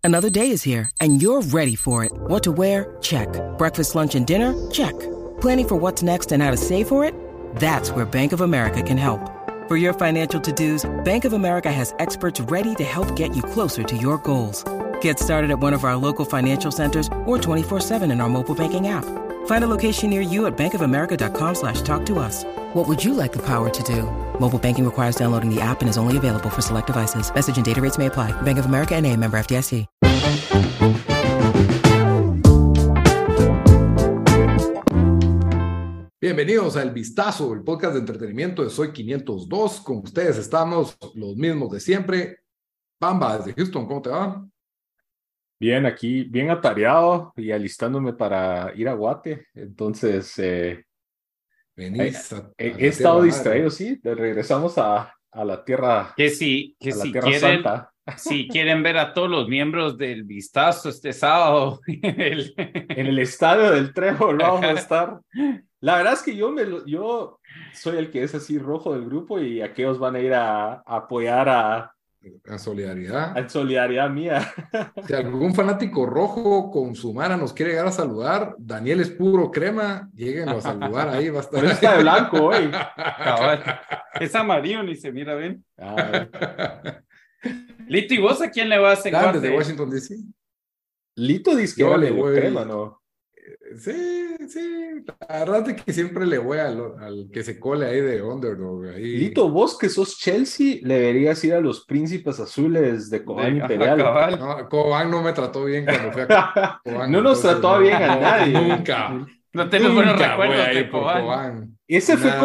Another day is here, and you're ready for it. What to wear? Check. Breakfast, lunch, and dinner? Check. Planning for what's next and how to save for it? That's where Bank of America can help. For your financial to-dos, Bank of America has experts ready to help get you closer to your goals. Get started at one of our local financial centers or 24/7 in our mobile banking app. Find a location near you at bankofamerica.com/talktous. What would you like the power to do? Mobile banking requires downloading the app and is only available for select devices. Message and data rates may apply. Bank of America N.A., member FDIC. Bienvenidos a El Vistazo, el podcast de entretenimiento de Soy 502. Con ustedes estamos los mismos de siempre. Bamba, desde Houston, ¿cómo te va? Bien, aquí, bien atareado y alistándome para ir a Guate. Entonces, Venís he estado distraído, sí. Regresamos a la tierra, que si tierra quieren, santa. si quieren ver a todos los miembros del Vistazo este sábado En el estadio del Trébol vamos a estar. La verdad es que yo soy el que es así rojo del grupo y aquellos van a ir a apoyar a solidaridad. En solidaridad mía. Si algún fanático rojo con su mara nos quiere llegar a saludar, Daniel es puro crema, lléguenlo a saludar ahí, va a estar. Pero está de blanco hoy. Es amarillo, ni se mira, ven. Lito, ¿y vos a quién le vas en Guate? Desde Washington, D.C. Lito dice que era medio crema, ¿no? Sí, la verdad es que siempre le voy al que se cole ahí de underdog. Ahí. Lito, vos que sos Chelsea, le deberías ir a los Príncipes Azules de Cobán Imperial. No, Cobán no me trató bien cuando fui a Cobán. No nos trató bien a nadie. Nunca. No tenés buenos recuerdos de Cobán. Ese fue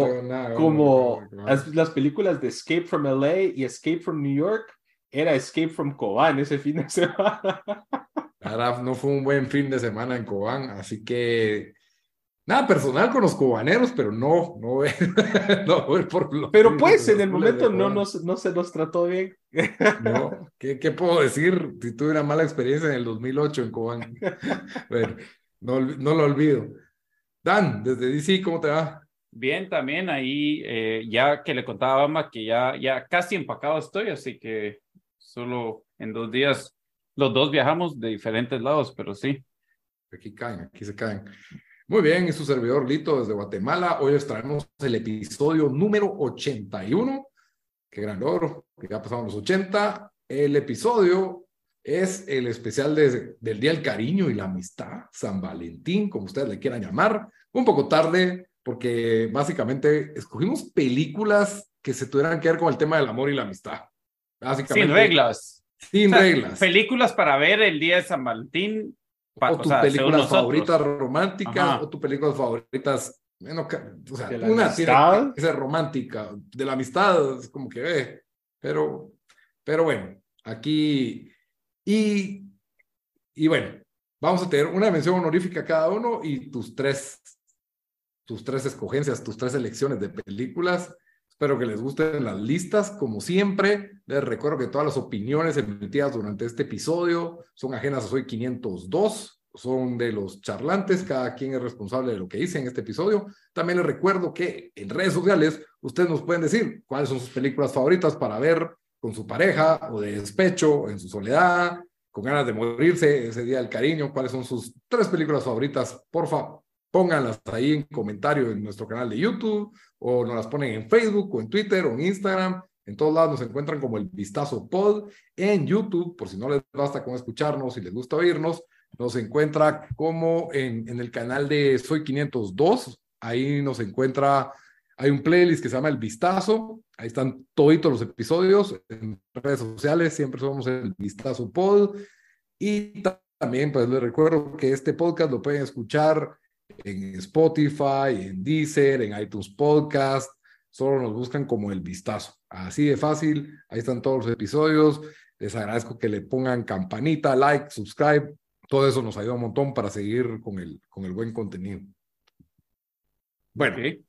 como las películas de Escape from LA y Escape from New York. Era Escape from Cobán ese fin de semana. Ahora no fue un buen fin de semana en Cobán, así que nada personal con los cobaneros, pero no por lo. Pero pues en el momento no se nos trató bien. No, ¿qué puedo decir? Si tuve una mala experiencia en el 2008 en Cobán. Bueno, no lo olvido. Dan, desde DC, ¿cómo te va? Bien, también ahí, ya que le contaba a Bamba que ya casi empacado estoy, así que solo en 2 días los dos viajamos de diferentes lados, pero sí. Aquí se caen. Muy bien, y su servidor Lito desde Guatemala. Hoy les traemos el episodio número 81. Qué gran logro, que ya pasaron los 80. El episodio es el especial del Día del Cariño y la Amistad, San Valentín, como ustedes le quieran llamar. Un poco tarde, porque básicamente escogimos películas que se tuvieran que ver con el tema del amor y la amistad. Básicamente, sin reglas. Sin reglas. Películas para ver el día de San Valentín. O tus películas favoritas románticas. Ajá. O tus películas favoritas. Bueno, o sea, una tiene que ser romántica. De la amistad, es como que pero bueno, aquí. Y bueno, vamos a tener una mención honorífica cada uno y tus tres escogencias, tus 3 selecciones de películas. Espero que les gusten las listas. Como siempre, les recuerdo que todas las opiniones emitidas durante este episodio son ajenas a Soy 502, son de los charlantes, cada quien es responsable de lo que dice en este episodio. También les recuerdo que en redes sociales ustedes nos pueden decir cuáles son sus películas favoritas para ver con su pareja o de despecho, en su soledad, con ganas de morirse ese día del cariño. ¿Cuáles son sus 3 películas favoritas? Por favor, pónganlas ahí en comentario en nuestro canal de YouTube, o nos las ponen en Facebook, o en Twitter, o en Instagram. En todos lados nos encuentran como El Vistazo Pod. En YouTube, por si no les basta con escucharnos y les gusta oírnos, nos encuentra como en el canal de Soy 502. Ahí nos encuentra, hay un playlist que se llama El Vistazo. Ahí están toditos los episodios. En redes sociales siempre somos El Vistazo Pod. Y también pues les recuerdo que este podcast lo pueden escuchar en Spotify, en Deezer, en iTunes Podcast. Solo nos buscan como El Vistazo. Así de fácil. Ahí están todos los episodios. Les agradezco que le pongan campanita, like, subscribe. Todo eso nos ayuda un montón para seguir con el buen contenido. Bueno, Okay.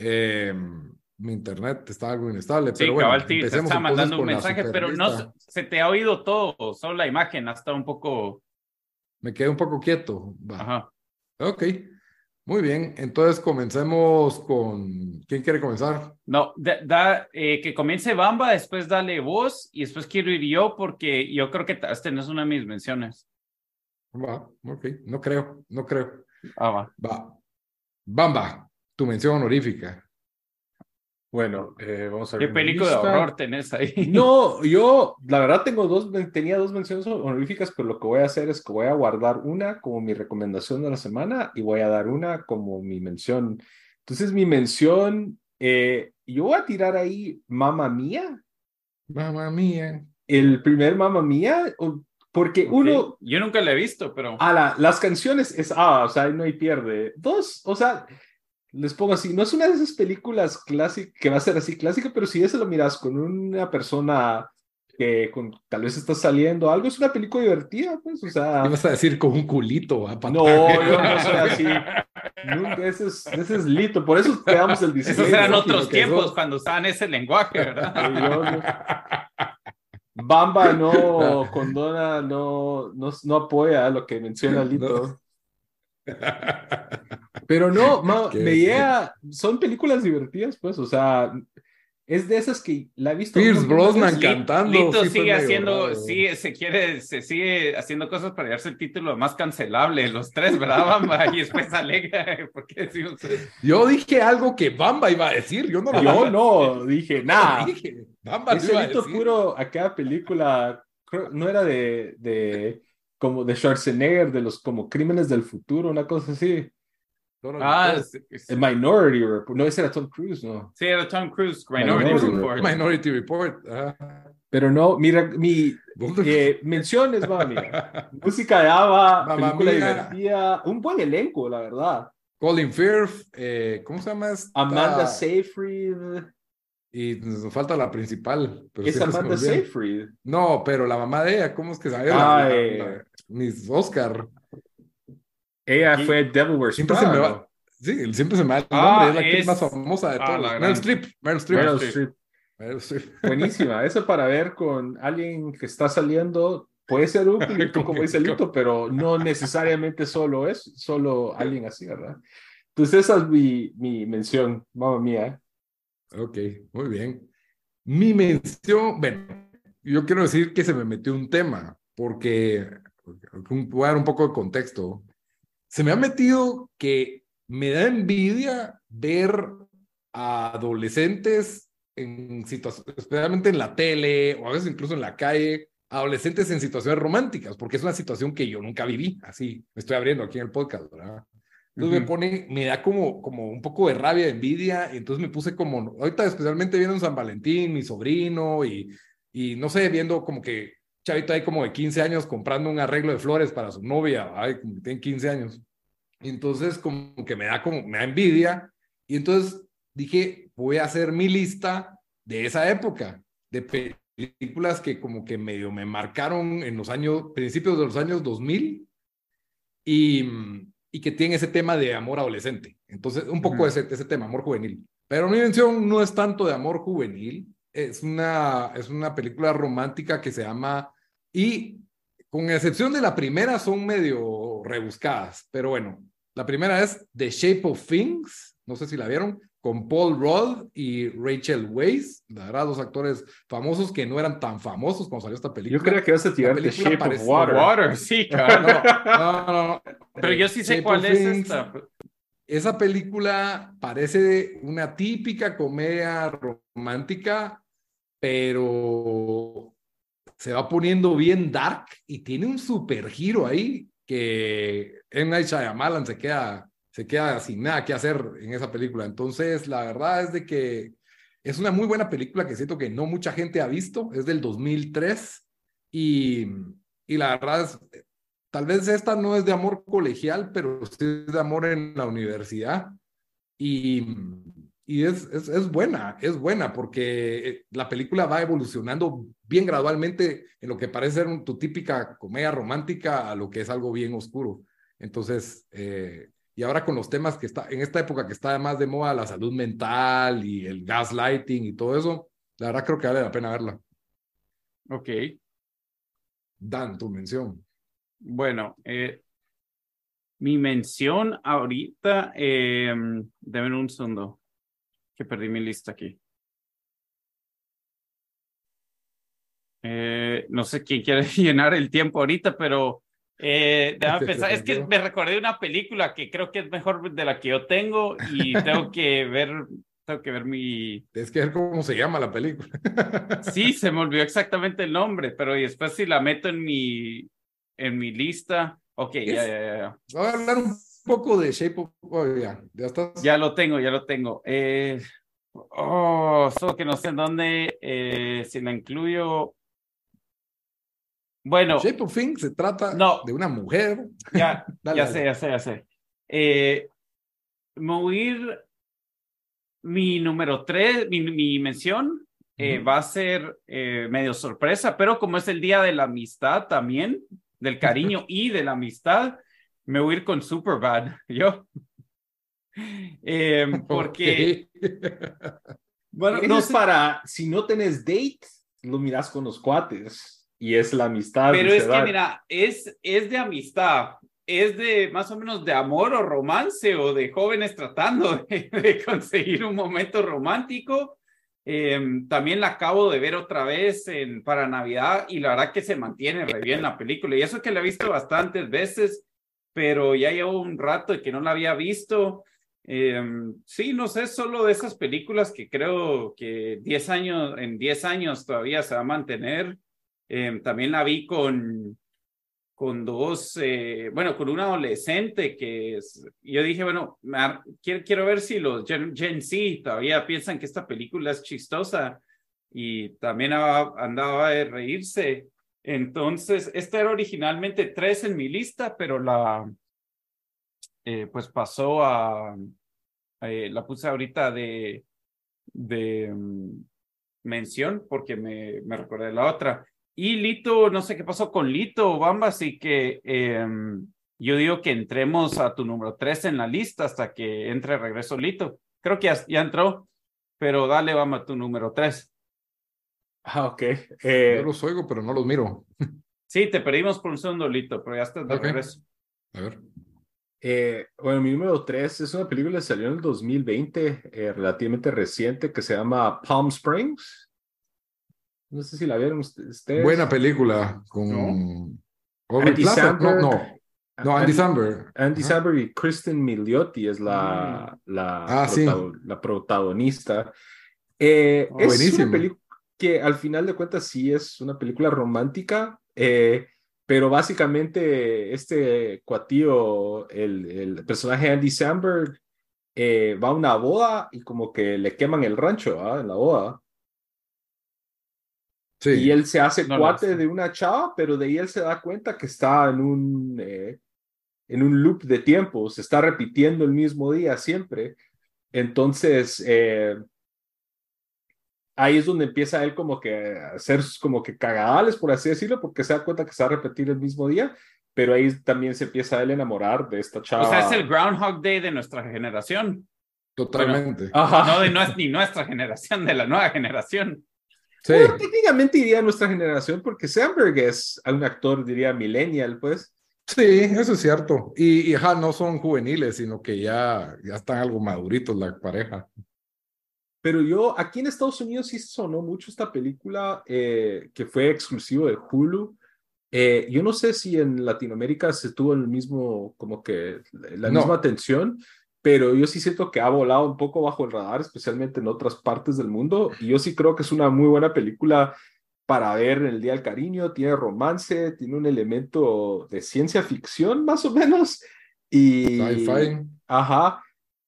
Mi internet está algo inestable, Sí, pero bueno, cabal, te empecemos está mandando un con la mensaje, pero no se te ha oído todo, solo la imagen ha estado un poco. Me quedé un poco quieto. Va. Ajá. Ok. Muy bien, entonces comencemos con... ¿Quién quiere comenzar? No, que comience Bamba, después dale vos y después quiero ir yo porque yo creo que tenés una de mis menciones. Va, ok, no creo. Va. Va. Bamba, tu mención honorífica. Bueno, vamos a ¿Qué ver mi película de lista. horror tenés ahí? No, yo la verdad tenía dos menciones honoríficas, pero lo que voy a hacer es que voy a guardar una como mi recomendación de la semana y voy a dar una como mi mención. Entonces, mi mención, yo voy a tirar ahí Mamma Mía, Mamma mía. el primer Mamma Mía, porque Ok. uno, Yo nunca la he visto, pero... las canciones es, o sea, no hay pierde. Dos, o sea, les pongo así, no es una de esas películas clásicas que va a ser así clásica, pero si eso lo miras con una persona que tal vez está saliendo algo, es una película divertida, pues, o sea, Ibas a decir con un culito, ¿ah, patán? no, yo no soy así, nunca, ese es Lito, por eso quedamos el Esos 16, eran ¿no? otros que tiempos sos. cuando usaban ese lenguaje, ¿verdad? Bamba no condona, no apoya lo que menciona No. Lito. Pero no, me Que llega, son películas divertidas, pues, o sea, es de esas que la he visto un Pierce montón de Brosnan veces. cantando, Lito sí fue sigue medio haciendo, raro. sí, se sigue haciendo cosas para darse el título más cancelable de los tres, ¿verdad, Bamba? Y después alega, ¿por qué decimos eso? Yo dije algo que Bamba iba a decir, yo no lo Yo dije. no, dije, Yo nada, dije, Bamba lo ese iba a Lito decir. puro, acá película, no era como de Schwarzenegger, de los como crímenes del futuro, una cosa así. Total Ah, Report. Minority Report, no, ese era Tom Cruise, no. sí, era Tom Cruise, Minority Minority Report. Report. Minority Report. Ajá. Pero no, mira, mi ¿Dónde? menciones, mamá mía. Música de ABBA, Mamma película mía. divertida, un buen elenco, la verdad. Colin Firth, ¿cómo se llama Amanda esta? Seyfried. Y nos falta la principal, pero Es siempre se me Amanda olvida. Seyfried. No, pero la mamá de ella, ¿cómo es que sabe? Ay, Miss Oscar. ella Aquí. fue Devil Wears Siempre se Prada, me ¿no? va. Sí, siempre se me va el nombre. Es la actriz más Es... famosa de Ah, todos. la Meryl gran... Streep. Meryl Streep. Meryl Streep. Streep. Meryl Streep. Buenísima. Eso para ver con alguien que está saliendo. Puede ser un culito, como dice Lito, pero no necesariamente solo alguien así, ¿verdad? Entonces esa es mi mención, mamá mía. Ok, muy bien. Mi mención, bueno, yo quiero decir que se me metió un tema, porque voy a dar un poco de contexto. Se me ha metido que me da envidia ver a adolescentes en situaciones, especialmente en la tele o a veces incluso en la calle, adolescentes en situaciones románticas, porque es una situación que yo nunca viví, así me estoy abriendo aquí en el podcast, ¿verdad? Entonces me da como un poco de rabia, de envidia, y entonces me puse como, ahorita especialmente viendo en San Valentín, mi sobrino, y no sé, viendo como que chavito ahí como de 15 años comprando un arreglo de flores para su novia, ay, como que tiene 15 años. Y entonces como que me da envidia, y entonces dije, voy a hacer mi lista de esa época, de películas que como que medio me marcaron en los principios de los años 2000, y que tienen ese tema de amor adolescente. Entonces, un poco ese tema, amor juvenil. Pero mi mención no es tanto de amor juvenil, es una película romántica que se llama, y con excepción de la primera, son medio rebuscadas, pero bueno, la primera es The Shape of Things, no sé si la vieron, con Paul Rudd y Rachel Weisz, la verdad, dos actores famosos que no eran tan famosos cuando salió esta película. Yo creo que vas a tirar The Shape of Water. Water, sí, claro. No. Pero yo sí sé Shape cuál of es Things, esta. esa película parece una típica comedia romántica, pero se va poniendo bien dark y tiene un super giro ahí que M. Night Shyamalan se queda sin nada que hacer en esa película. Entonces, la verdad es de que es una muy buena película que siento que no mucha gente ha visto. Es del 2003 y la verdad es, tal vez esta no es de amor colegial, pero sí es de amor en la universidad. Y es buena porque la película va evolucionando bien gradualmente en lo que parece ser tu típica comedia romántica a lo que es algo bien oscuro. Entonces, y ahora con los temas que está, en esta época que está más de moda la salud mental y el gaslighting y todo eso, la verdad creo que vale la pena verla. Ok. Dan, tu mención. Bueno, Mi mención ahorita, denme un segundo, que perdí mi lista aquí. No sé quién quiere llenar el tiempo ahorita, pero déjame pensar. Es que me recordé de una película que creo que es mejor de la que yo tengo y tengo que ver mi... Es que ver cómo se llama la película. Sí, se me olvidó exactamente el nombre, pero después si la meto en mi lista. Ok, ya. Voy a hablar un poco de Shape of... Oh, ya estás. Ya lo tengo. Solo que no sé en dónde, si la incluyo. Bueno, Shape of Things se trata de una mujer. Ya, Dale. ya sé. Me voy a ir, mi número 3, mi mención va a ser medio sorpresa, pero como es el día de la amistad también, del cariño y de la amistad, me voy a ir con Superbad, yo. Porque, bueno, no es para, si no tenés date, lo miras con los cuates. Y es la amistad. Pero es que, mira, es de amistad, es de más o menos de amor o romance o de jóvenes tratando de conseguir un momento romántico. También la acabo de ver otra vez para Navidad y la verdad que se mantiene re bien la película. Y eso que la he visto bastantes veces, pero ya llevo un rato de que no la había visto. Sí, no sé, solo de esas películas que creo que en 10 años todavía se va a mantener. También la vi con dos, con un adolescente yo dije, bueno, quiero ver si los Gen Z todavía piensan que esta película es chistosa y también andaba de reírse. Entonces, esta era originalmente 3 en mi lista, pero pues pasó la puse ahorita de mención porque me recordé de la otra. Y Lito, no sé qué pasó con Lito, Bamba, así que yo digo que entremos a tu número 3 en la lista hasta que entre regreso Lito. Creo que ya entró, pero dale, Bamba, tu número 3. Ok. Yo los oigo, pero no los miro. Sí, te perdimos por un segundo, Lito, pero ya estás de regreso. A ver. Bueno, mi número 3 es una película que salió en el 2020, relativamente reciente, que se llama Palm Springs. No sé si la vieron ustedes. Buena película con Andy Samberg. No, Andy Samberg. Andy Samberg y Kristen Milioti es la protagonista. Es buenísimo. una película que al final de cuentas sí es una película romántica, pero básicamente este cuatío, el personaje Andy Samberg, va a una boda y como que le queman el rancho en la boda. Sí. Y él se hace cuate de una chava, pero de ahí él se da cuenta que está en un loop de tiempo, se está repitiendo el mismo día siempre. Entonces, ahí es donde empieza él como que a hacer como que cagadales, por así decirlo, porque se da cuenta que se va a repetir el mismo día, pero ahí también se empieza él a enamorar de esta chava. O sea, es el Groundhog Day de nuestra generación. Totalmente. Bueno, no es ni nuestra generación, de la nueva generación. Sí. Bueno, técnicamente diría nuestra generación, porque Samberg es un actor, diría, millennial, pues. Sí, eso es cierto. Y no son juveniles, sino que ya están algo maduritos la pareja. Pero aquí en Estados Unidos sí sonó mucho esta película que fue exclusivo de Hulu. Yo no sé si en Latinoamérica se tuvo el mismo, como que la misma atención, pero yo sí siento que ha volado un poco bajo el radar, especialmente en otras partes del mundo. Y yo sí creo que es una muy buena película para ver en el Día del Cariño. Tiene romance, tiene un elemento de ciencia ficción, más o menos. Y sci-fi. Ajá.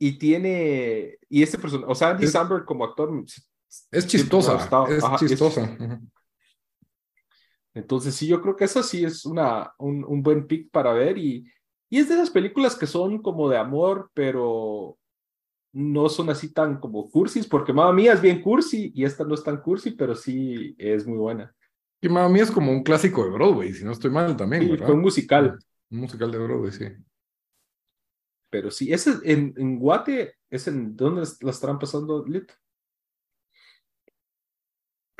Y este personaje, o sea, Andy Samberg como actor es chistosa. Chistosa. Entonces sí, yo creo que eso sí es un buen pick para ver y es de esas películas que son como de amor, pero no son así tan como cursis, porque Mamma Mía es bien cursi y esta no es tan cursi, pero sí es muy buena. Y Mamma Mía es como un clásico de Broadway, si no estoy mal también, sí, ¿verdad? Fue un musical. Un musical de Broadway, sí. Pero sí, ese en Guate, ¿dónde la estarán pasando, Lit?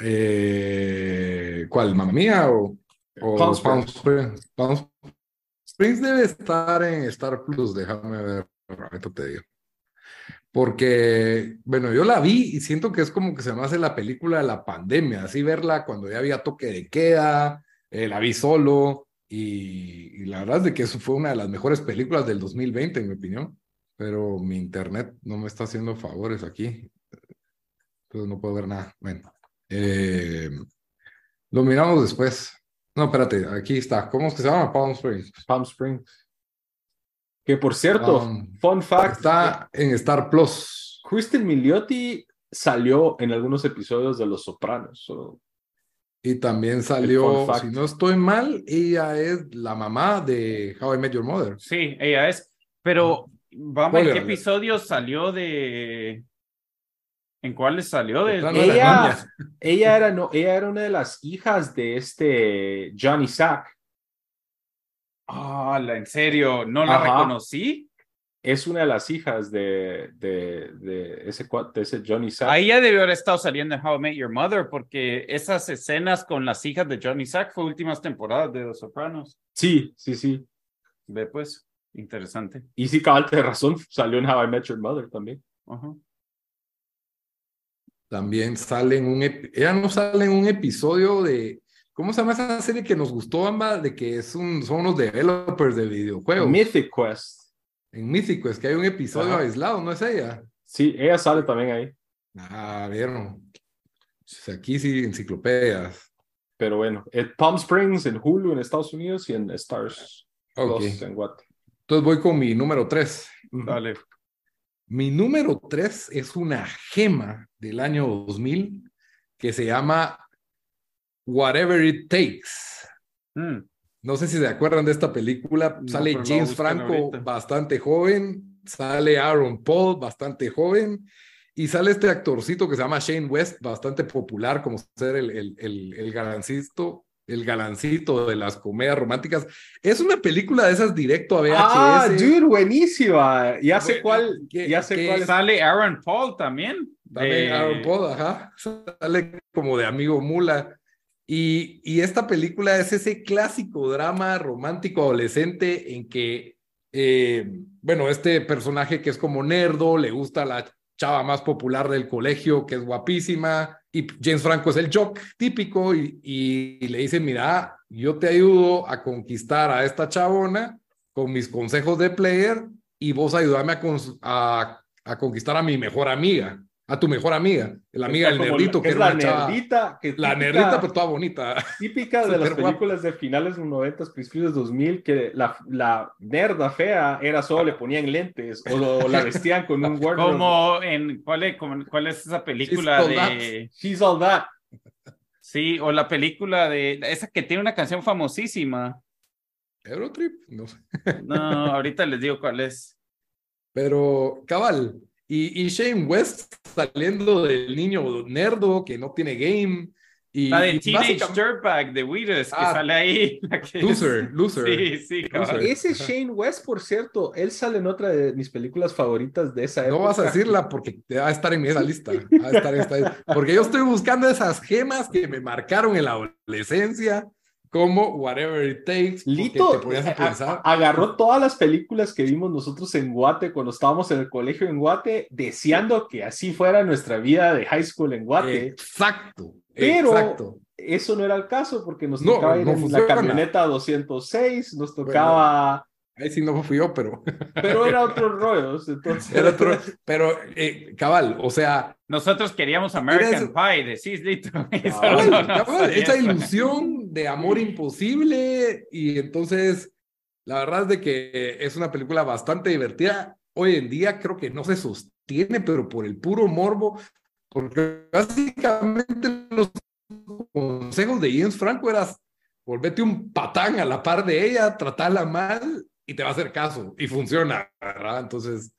¿Cuál? ¿Mamma Mía o Palm Springs? Springs debe estar en Star Plus, déjame ver, ahorita te digo. Porque, bueno, yo la vi y siento que es como que se me hace la película de la pandemia, así verla cuando ya había toque de queda, la vi solo y la verdad es de que eso fue una de las mejores películas del 2020, en mi opinión, pero mi internet no me está haciendo favores aquí, entonces no puedo ver nada. Bueno, lo miramos después. No, espérate, aquí está. ¿Cómo es que se llama? Palm Springs. Palm Springs. Que por cierto, fun fact. Está en Star Plus. Kristen Milioti salió en algunos episodios de Los Sopranos. Y también salió, si no estoy mal, ella es la mamá de How I Met Your Mother. Sí, ella es. Pero, vamos, ¿en qué episodio salió de...? ¿En cuáles salió de...? Ella era una de las hijas de Johnny Sack. Ah, ¿en serio? ¿No la reconocí? Es una de las hijas de ese Johnny Sack. Ahí ya debió haber estado saliendo en How I Met Your Mother, porque esas escenas con las hijas de Johnny Sack fue últimas temporadas de Los Sopranos. Sí. Ve pues, interesante. Y sí, cabal, de razón, salió en How I Met Your Mother también. También sale ella no sale en un episodio de, ¿cómo se llama esa serie que nos gustó ambas? De que son unos developers de videojuegos. Mythic Quest. En Mythic Quest, que hay un episodio aislado, ¿no es ella? Sí, ella sale también ahí. Vieron. Aquí sí, enciclopedias. Pero bueno, Palm Springs en Hulu en Estados Unidos y en Stars Plus en Guate. Entonces voy con mi número 3. Dale. Mi número 3 es una gema del año 2000 que se llama Whatever It Takes. No sé si se acuerdan de esta película. Sale James Franco bastante joven, sale Aaron Paul bastante joven y sale este actorcito que se llama Shane West, bastante popular como ser el galancito de las comedias románticas. Es una película de esas directo a VHS. Dude, buenísima. Ya sé cuál. Sale Aaron Paul también. Aaron Paul, sale como de amigo mula. Y esta película es ese clásico drama romántico adolescente en que, este personaje que es como nerdo, le gusta la chava más popular del colegio, que es guapísima, y James Franco es el jock típico, y le dice, mira, yo te ayudo a conquistar a esta chabona con mis consejos de player, y vos ayúdame a conquistar a mi mejor amiga. A tu mejor amiga, la amiga del nerdito, que es la nerdita, la nerdita, pero toda bonita. Típica de las películas de finales de los 90, principios de 2000, que la nerda fea era solo le ponían lentes o la vestían con un wardrobe. Como en, ¿cuál es esa película de She's All That? Sí, o la película de esa que tiene una canción famosísima. Eurotrip, no sé. No, ahorita les digo cuál es. Pero, cabal. Y Shane West saliendo del niño nerdo que no tiene game. La de Teenage Dirtbag de Wheatus, que sale ahí. Loser. Sí, Loser. Ese Shane West, por cierto, él sale en otra de mis películas favoritas de esa época. No vas a decirla porque te va a estar en esa lista. Porque yo estoy buscando esas gemas que me marcaron en la adolescencia. Como Whatever It Takes. Lito te podías pensar. Agarró todas las películas que vimos nosotros en Guate cuando estábamos en el colegio en Guate, deseando que así fuera nuestra vida de high school en Guate. Exacto. Pero eso no era el caso porque nos tocaba ir en la camioneta 206, nos tocaba... Ahí sí no fui yo, pero... Pero era otro rollo, entonces... Pero, cabal, o sea... Nosotros queríamos American Pie, decís, Lito. Cabal, esa ilusión de amor imposible, y entonces, la verdad es de que es una película bastante divertida. Hoy en día creo que no se sostiene, pero por el puro morbo, porque básicamente los consejos de James Franco eras volvete un patán a la par de ella, tratarla mal y te va a hacer caso y funciona, ¿verdad? Entonces,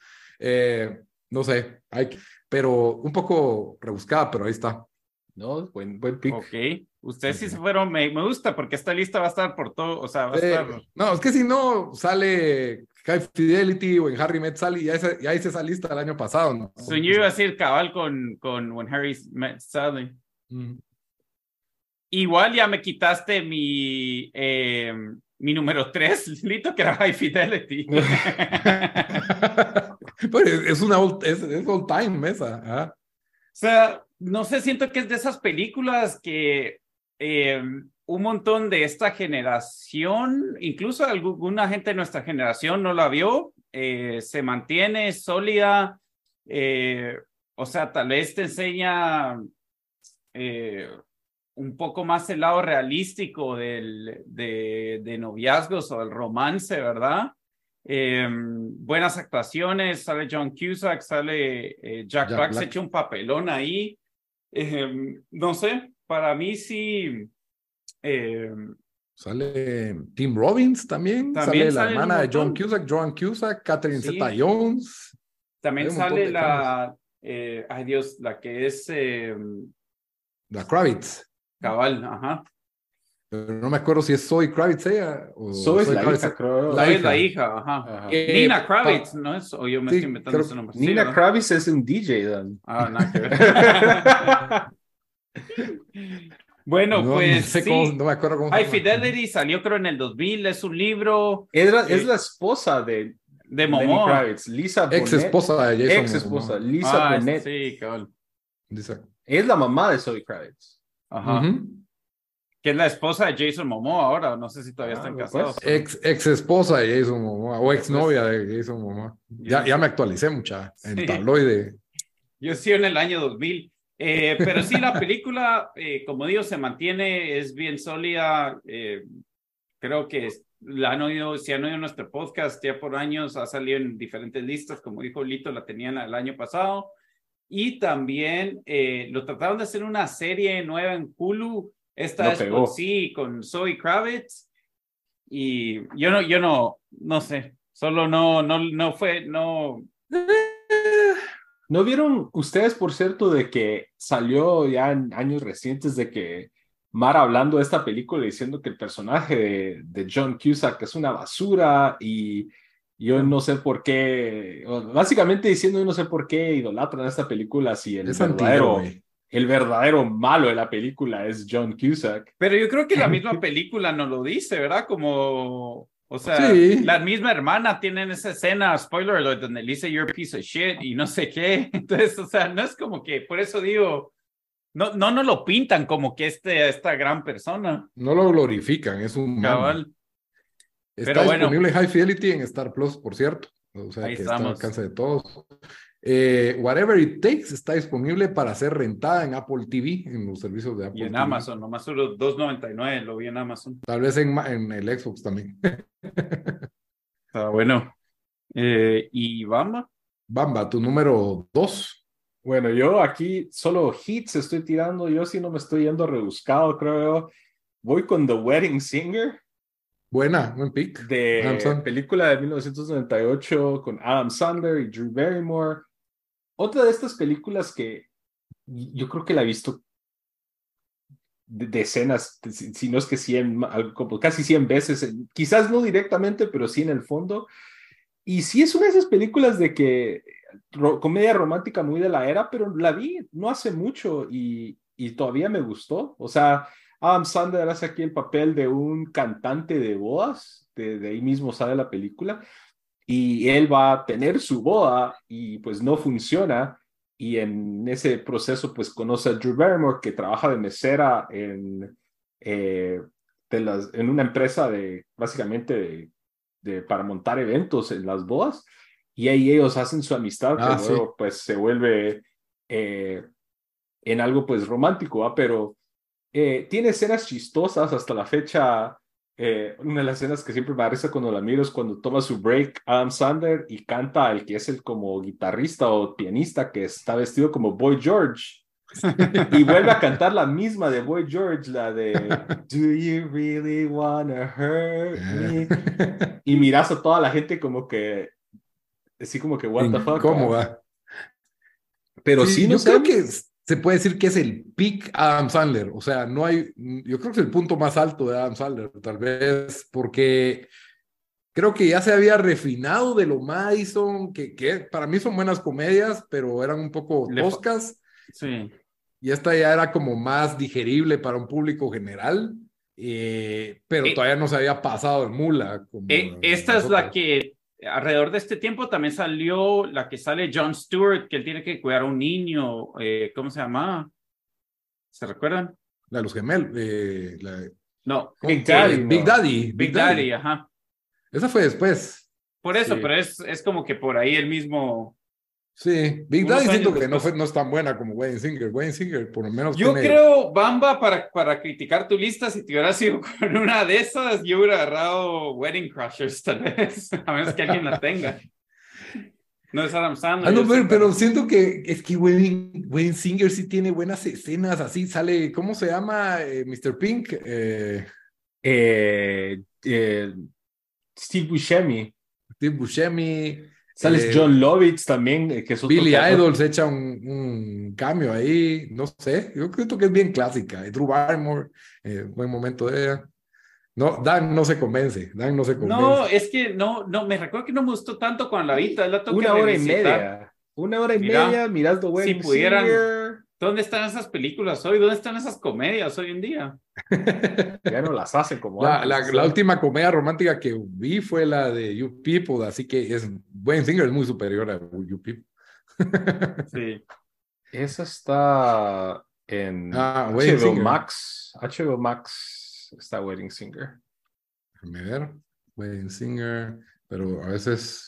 no sé, pero un poco rebuscada, pero ahí está. No, buen pick. Ok, ustedes sí se fueron, me gusta porque esta lista va a estar por todo, o sea, va a estar... No, es que si no sale High Fidelity o en Harry Met Sally, ya hice esa lista el año pasado, ¿no? So, yo iba a decir cabal con When Harry Met Sally. Igual ya me quitaste mi mi número 3, Lito, que era High Fidelity. Pues es all time esa. ¿Ah? O sea, no sé, siento que es de esas películas que un montón de esta generación, incluso alguna gente de nuestra generación no la vio, se mantiene sólida, o sea, tal vez te enseña un poco más el lado realístico de noviazgos o el romance, ¿verdad? Buenas actuaciones, sale John Cusack, sale Jack Black, se echa un papelón ahí. No sé, para mí sí. Sale Tim Robbins también sale la hermana de John Cusack, Catherine sí. Zeta-Jones. También sale la, ay Dios, la que es la Kravitz. Cabal, ajá. Pero no me acuerdo si es Zoe Kravitz ella o Zoe es la hija, creo. Es la hija, ajá. Nina Kravitz, ¿no es? O yo me estoy inventando ese nombre. Nina Kravitz es un DJ, Dan. Ah, nada que ver. Bueno, no, pues no sé sí. no me acuerdo cómo High Fidelity salió creo en el 2000, es un libro. Es la esposa de Momoa. Kravitz, Lisa Bonet. Ex esposa de Jason Ex esposa, Lisa Bonet. Sí, cabal. Es la mamá de Zoe Kravitz. Ajá. Que es la esposa de Jason Momoa ahora, no sé si todavía están casados. Pues. Ex esposa de Jason Momoa, o ex novia de Jason Momoa. Ya me actualicé mucha, en el tabloide. Yo sí en el año 2000. Pero sí, la película, como digo, se mantiene, es bien sólida. Creo que si han oído nuestro podcast ya por años, ha salido en diferentes listas, como dijo Lito, la tenían el año pasado. Y también lo trataron de hacer una serie nueva en Hulu. Esta es con Zoe Kravitz. Y yo no sé, solo no fue. ¿No vieron ustedes, por cierto, de que salió ya en años recientes de que Mara hablando de esta película diciendo que el personaje de John Cusack es una basura y yo no sé por qué, básicamente diciendo yo no sé por qué idolatran esta película si el verdadero malo de la película es John Cusack? Pero yo creo que la misma película nos lo dice, ¿verdad? Como... O sea, la misma hermana tiene esa escena, spoiler alert, donde le dice you're a piece of shit y no sé qué. Entonces, o sea, no es como que, por eso digo, no lo pintan como que esta gran persona. No lo glorifican, es un cabal. Está disponible High Fidelity en Star Plus, por cierto. O sea, ahí que estamos. está al alcance de todos. Whatever It Takes está disponible para ser rentada en Apple TV, en los servicios de Apple y en TV. Amazon, nomás solo $2.99 lo vi en Amazon. Tal vez en el Xbox también. Bueno. ¿Y Bamba, tu número 2. Bueno, yo aquí solo hits estoy tirando, yo sí no me estoy yendo rebuscado, creo. Voy con The Wedding Singer. Buen pick. De película de 1998 con Adam Sandler y Drew Barrymore. Otra de estas películas que yo creo que la he visto decenas, si no es que 100, como casi 100 veces, quizás no directamente, pero sí en el fondo. Y sí es una de esas películas de que comedia romántica muy de la era, pero la vi no hace mucho y todavía me gustó. O sea, Adam Sandler hace aquí el papel de un cantante de bodas, de ahí mismo sale la película, y él va a tener su boda y pues no funciona, y en ese proceso pues conoce a Drew Barrymore, que trabaja de mesera en una empresa básicamente para montar eventos en las bodas, y ahí ellos hacen su amistad, que luego pues se vuelve en algo pues romántico, ¿va? Pero tiene escenas chistosas hasta la fecha. Una de las escenas que siempre me da risa cuando la miro es cuando toma su break Adam Sandler y canta el que es el como guitarrista o pianista que está vestido como Boy George y vuelve a cantar la misma de Boy George, la de Do you really wanna hurt me? Y miras a toda la gente como que así como que what the fuck. ¿Cómo va? Pero sí, no yo sé. Creo que se puede decir que es el peak Adam Sandler. O sea, yo creo que es el punto más alto de Adam Sandler, tal vez, porque creo que ya se había refinado de lo Madison, que para mí son buenas comedias, pero eran un poco toscas. Sí. Y esta ya era como más digerible para un público general. pero todavía no se había pasado de mula. Como esta es la que alrededor de este tiempo también salió la que sale Jon Stewart, que él tiene que cuidar a un niño. ¿Cómo se llama? ¿Se recuerdan? La de los gemelos. No. Big Daddy. Big Daddy. Big Daddy, ajá. Esa fue después. Por eso, Sí. pero es como que por ahí el mismo. Sí, Big Unos Daddy siento años que después. no es tan buena como Wayne Singer. Wayne Singer por lo menos Yo tiene... creo, Bamba, para criticar tu lista, si te hubiera sido con una de esas, yo hubiera agarrado Wedding Crashers, tal vez, a menos que alguien la tenga. No es Adam Sandler. no, pero siento que es que Wayne Singer sí tiene buenas escenas, así sale, ¿cómo se llama? Mr. Pink. Steve Buscemi. Steve Buscemi. Sales John Lovitz también, que es otro Billy creador. Idol se echa un cambio ahí, no sé, yo creo que es bien clásica. Drew Barrymore, buen momento de ella. No, Dan no se convence. No, es que no, me recuerdo que no me gustó tanto cuando la vi, la tengo que 1 hora y revisitar. media. 1 hora y Mira, media mirando Wedding pudieran- Singer. ¿Dónde están esas películas hoy? ¿Dónde están esas comedias hoy en día? Ya no las hacen como La antes. última comedia romántica que vi fue la de You People, así que Wayne Singer es muy superior a You People. Sí. Esa está en Wedding HBO Singer. Max. HBO Max está Wedding Singer. Déjame ver. Wedding Singer, pero a veces...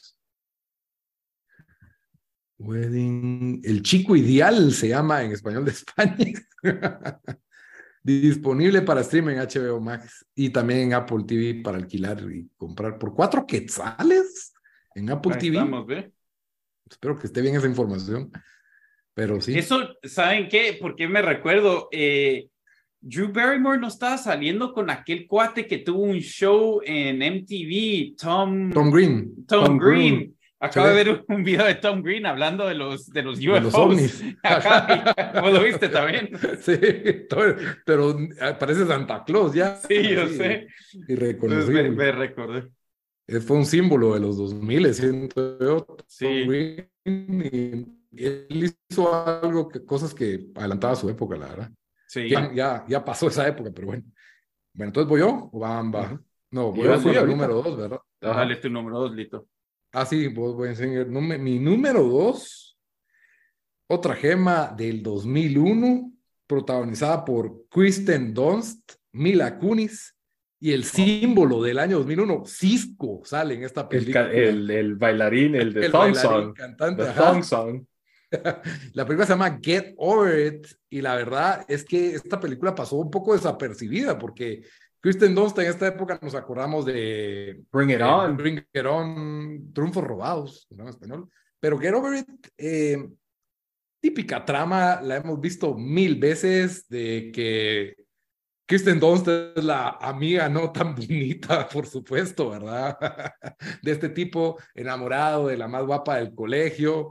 El chico ideal se llama en español de España. Disponible para stream en HBO Max y también en Apple TV para alquilar y comprar por 4 quetzales en Apple Ahí TV. estamos, ¿ve? Espero que esté bien esa información, pero sí. Eso, ¿saben qué? Porque me recuerdo, Drew Barrymore no estaba saliendo con aquel cuate que tuvo un show en MTV, Tom Green. Tom Green. Acabo Sí. de ver un video de Tom Green hablando de los UFOs. De los ovnis. Ajá, ¿vos lo viste también? Sí, pero parece Santa Claus ya. Sí, yo Sí, sé. Entonces irreconocible. me recordé. Fue un símbolo de los 2000, siento yo. Tom Sí. Green, y él hizo cosas que adelantaba su época, la verdad. Sí. Ya pasó esa época, pero bueno. Bueno, entonces voy yo o va. No, voy Yo yo fui con el ahorita. número 2, ¿verdad? Ajá. Dale tu número 2, Lito. Sí, vos voy a enseñar. Mi número 2, otra gema del 2001, protagonizada por Kristen Dunst, Mila Kunis, y el símbolo del año 2001, Cisco, sale en esta película. El bailarín, el de El Thong bailarín Song. cantante, The ajá. Thong Song. La película se llama Get Over It, y la verdad es que esta película pasó un poco desapercibida, porque Kristen Dunst en esta época nos acordamos de Bring It On. Bring It On, Triunfos Robados, en español. Pero Get Over It, típica trama, la hemos visto 1000 veces, de que Kristen Dunst es la amiga no tan bonita, por supuesto, ¿verdad? De este tipo enamorado de la más guapa del colegio,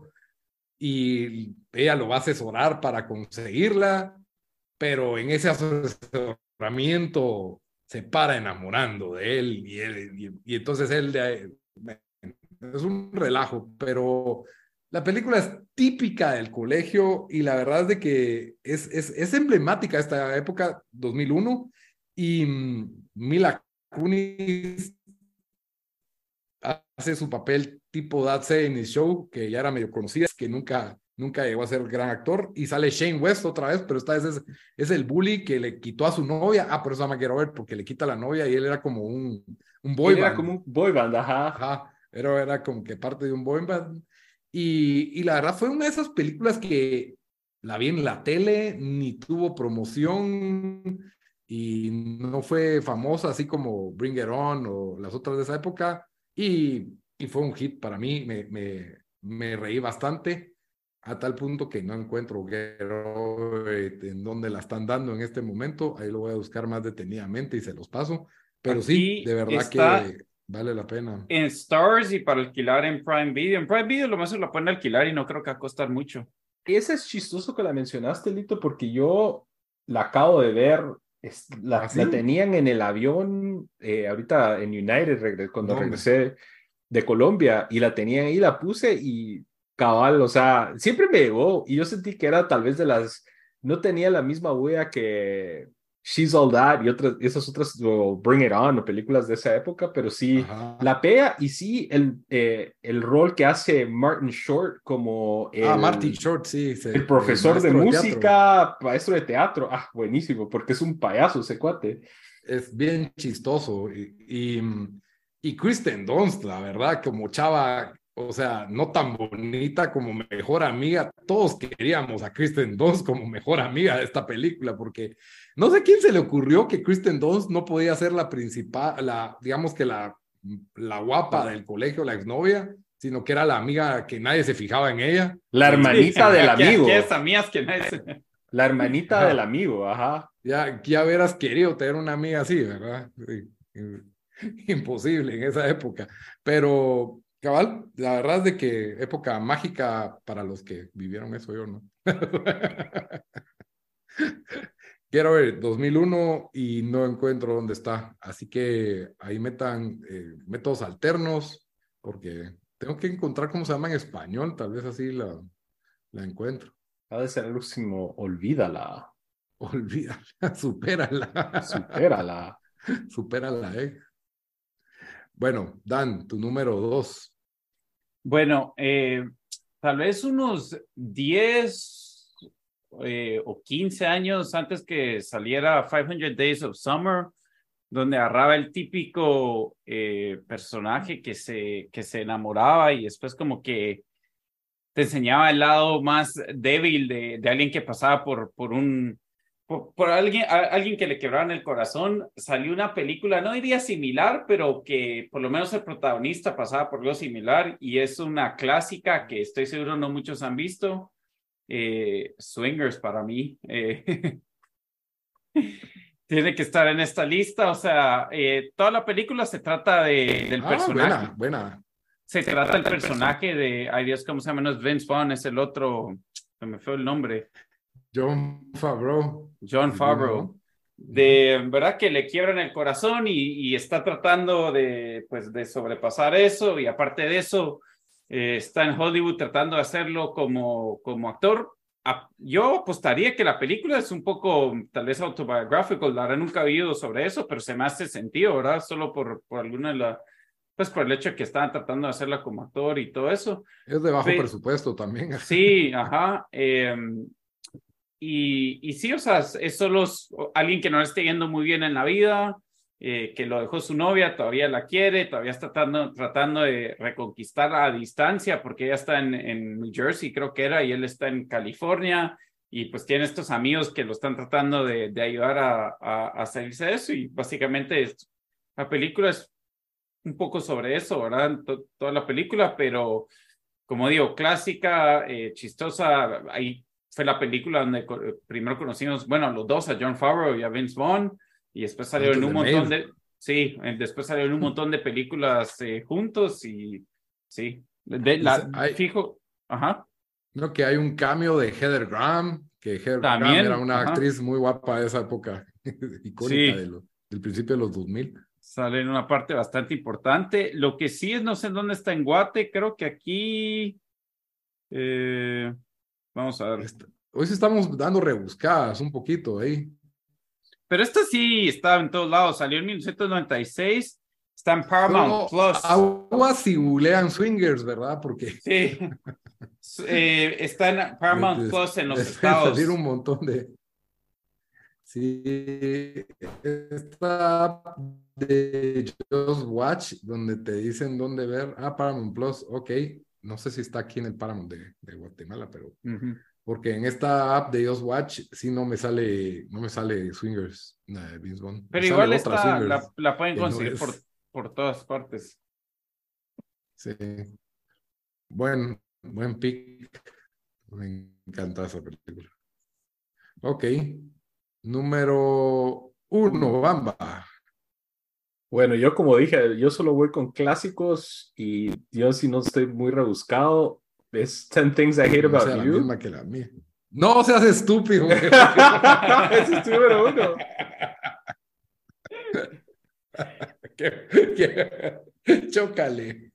y ella lo va a asesorar para conseguirla, pero en ese asesoramiento se para enamorando de él, y entonces él es un relajo, pero la película es típica del colegio, y la verdad es de que es emblemática esta época, 2001, y Mila Kunis hace su papel tipo That 70's Show, que ya era medio conocida, que nunca llegó a ser gran actor, y sale Shane West otra vez, pero esta vez es el bully que le quitó a su novia. Por eso se llama Get Over It, porque le quita a la novia, y él era como un boy band. Era como un boy band, ajá. Ajá, era como que parte de un boy band, y la verdad fue una de esas películas que la vi en la tele, ni tuvo promoción, y no fue famosa así como Bring It On o las otras de esa época, y fue un hit para mí. Me reí bastante, a tal punto que no encuentro Get Over It en dónde la están dando en este momento. Ahí lo voy a buscar más detenidamente y se los paso, pero Aquí sí, de verdad está que vale la pena. en Stars y para alquilar en Prime Video. En Prime Video lo más se lo pueden alquilar y no creo que va a costar mucho. Ese es chistoso que la mencionaste, Lito, porque yo la acabo de ver. La tenían en el avión ahorita en United cuando regresé de Colombia, y la tenían ahí, la puse y cabal, o sea, siempre me llegó, y yo sentí que era tal vez no tenía la misma huella que She's All That y esas otras, o Bring It On, o películas de esa época, pero sí Ajá. la pega. Y sí, el rol que hace Martin Short como Martin Short, sí, el profesor de maestro de teatro. música, maestro de teatro, buenísimo, porque es un payaso ese cuate. Es bien chistoso. Y Kristen Dunst, la verdad, como chava, o sea, no tan bonita como mejor amiga. Todos queríamos a Kristen Dunst como mejor amiga de esta película, porque no sé quién se le ocurrió que Kristen Dunst no podía ser la principal, digamos que la guapa del colegio, la exnovia, sino que era la amiga que nadie se fijaba en ella. La hermanita del amigo. ¿Qué es amigas que nadie se... La hermanita Ajá. del amigo, ajá. Ya hubieras querido tener una amiga así, ¿verdad? Imposible en esa época. Pero, cabal, la verdad es de que época mágica para los que vivieron eso, yo no. Quiero ver 2001 y no encuentro dónde está. Así que ahí metan métodos alternos, porque tengo que encontrar cómo se llama en español. Tal vez así la encuentro. Ha de ser el último, olvídala, Olvídala, supérala. supérala. Supérala, Bueno, Dan, tu número 2. Bueno, tal vez unos 10 o 15 años antes que saliera 500 Days of Summer, donde agarraba el típico personaje que se enamoraba y después como que te enseñaba el lado más débil de alguien que pasaba por alguien que le quebraban el corazón. Salió una película, no diría similar, pero que por lo menos el protagonista pasaba por algo similar, y es una clásica que estoy seguro no muchos han visto. Swingers para mí. Tiene que estar en esta lista. O sea, toda la película se trata del personaje. Buena. Se trata del personaje de, ay Dios, ¿cómo se llama? No es Vince Vaughn, es el otro, se me fue el nombre. Jon Favreau. John Favreau. De verdad que le quiebran el corazón y está tratando de sobrepasar eso, y aparte de eso, está en Hollywood tratando de hacerlo como actor. Yo apostaría que la película es un poco, tal vez autobiográfico, la verdad nunca he oído sobre eso, pero se me hace sentido, ¿verdad? Solo por alguna de la... Pues por el hecho de que estaban tratando de hacerla como actor y todo eso. Es de bajo presupuesto también. Sí, ajá. Y sí, o sea, es solo alguien que no le esté yendo muy bien en la vida, que lo dejó su novia, todavía la quiere, todavía está tratando de reconquistar a distancia, porque ella está en New Jersey, creo que era, y él está en California, y pues tiene estos amigos que lo están tratando de ayudar a salirse de eso, y básicamente la película es un poco sobre eso, ¿verdad? Toda la película, pero como digo, clásica, chistosa. Ahí fue la película donde primero conocimos, bueno, los dos, a Jon Favreau y a Vince Vaughn, y después salieron un montón después salieron un montón de películas juntos, y sí, fijo, ajá. No, que hay un cambio de Heather Graham, que Heather También, Graham era una ajá. actriz muy guapa de esa época, icónica Sí. del principio de los 2000. Sale en una parte bastante importante. Lo que sí es, no sé en dónde está en Guate, creo que aquí... vamos a ver. Hoy sí estamos dando rebuscadas un poquito ahí. Pero esta sí está en todos lados. Salió en 1996. Está en Paramount Plus. Aguas si googlean Swingers, ¿verdad? Porque... Sí. Está en Paramount Plus en los estados. Salir un montón de... Sí, esta de Just Watch, donde te dicen dónde ver. Paramount Plus, ok. No sé si está aquí en el Paramount de Guatemala, pero... Porque en esta app de Just Watch sí no me sale Swingers, Vince Vaughn. Pero igual está, la pueden conseguir por todas partes. Sí. Buen pick. Me encanta esa película. Ok. Número 1, Bamba. Bueno, yo como dije, yo solo voy con clásicos y yo si no estoy muy rebuscado, es 10 Things I Hate About You. La misma que la mía. No seas estúpido. Ese es tu número 1. Chócale.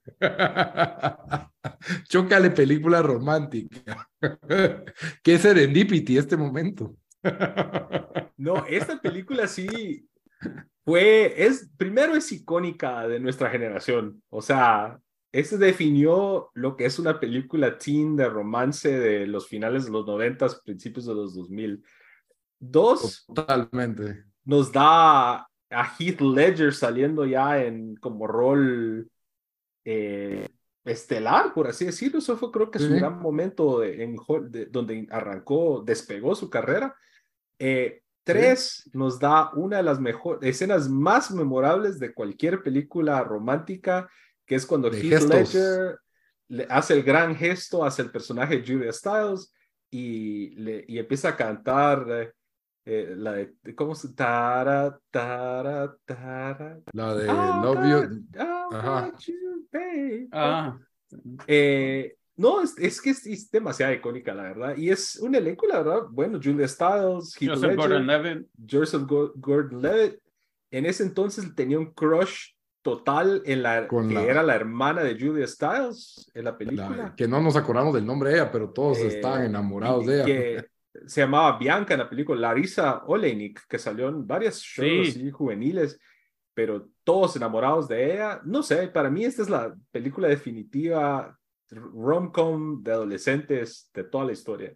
Chócale película romántica. ¿Qué es Serendipity este momento? No, esta película sí primero es icónica de nuestra generación. O sea, este definió lo que es una película teen de romance de los finales de los 90, principios de los 2000. Dos, Totalmente. nos da a Heath Ledger saliendo ya en como rol estelar, por así decirlo. Eso fue, creo que, su Sí. gran momento donde despegó su carrera. Tres, nos da una de las escenas más memorables de cualquier película romántica, que es cuando De Heath gestos. Ledger le hace el gran gesto hacia el personaje Julia Stiles y empieza a cantar la de, ¿cómo se? Tara, tara, tara. La de Oh, Love God, You. I Ajá. want you, babe. Ah, No, es que es demasiado icónica, la verdad. Y es un elenco, la verdad. Bueno, Julia Stiles, Heath Joseph Ledger, Gordon-Levitt. Joseph Gordon-Levitt. En ese entonces tenía un crush total en era la hermana de Julia Stiles en la película. Que no nos acordamos del nombre de ella, pero todos estaban enamorados de ella. Que se llamaba Bianca en la película, Larisa Oleynik, que salió en varios shows así, juveniles, pero todos enamorados de ella. No sé, para mí esta es la película definitiva rom-com de adolescentes de toda la historia.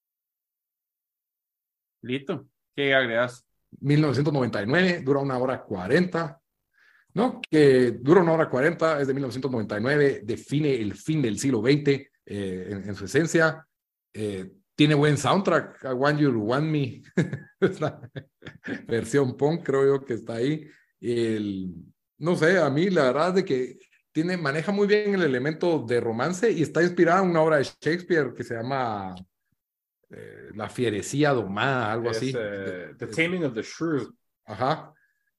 Listo. ¿Qué agregas? 1999, dura 1 hora 40. ¿No? Que dura 1 hora 40, es de 1999, define el fin del siglo XX en su esencia. Tiene buen soundtrack, I Want You to Want Me, es la versión punk, creo yo que está ahí. No sé, a mí la verdad es de que maneja muy bien el elemento de romance y está inspirada en una obra de Shakespeare que se llama La Fierecía Domada, algo así. The Taming of the Shrew. Ajá.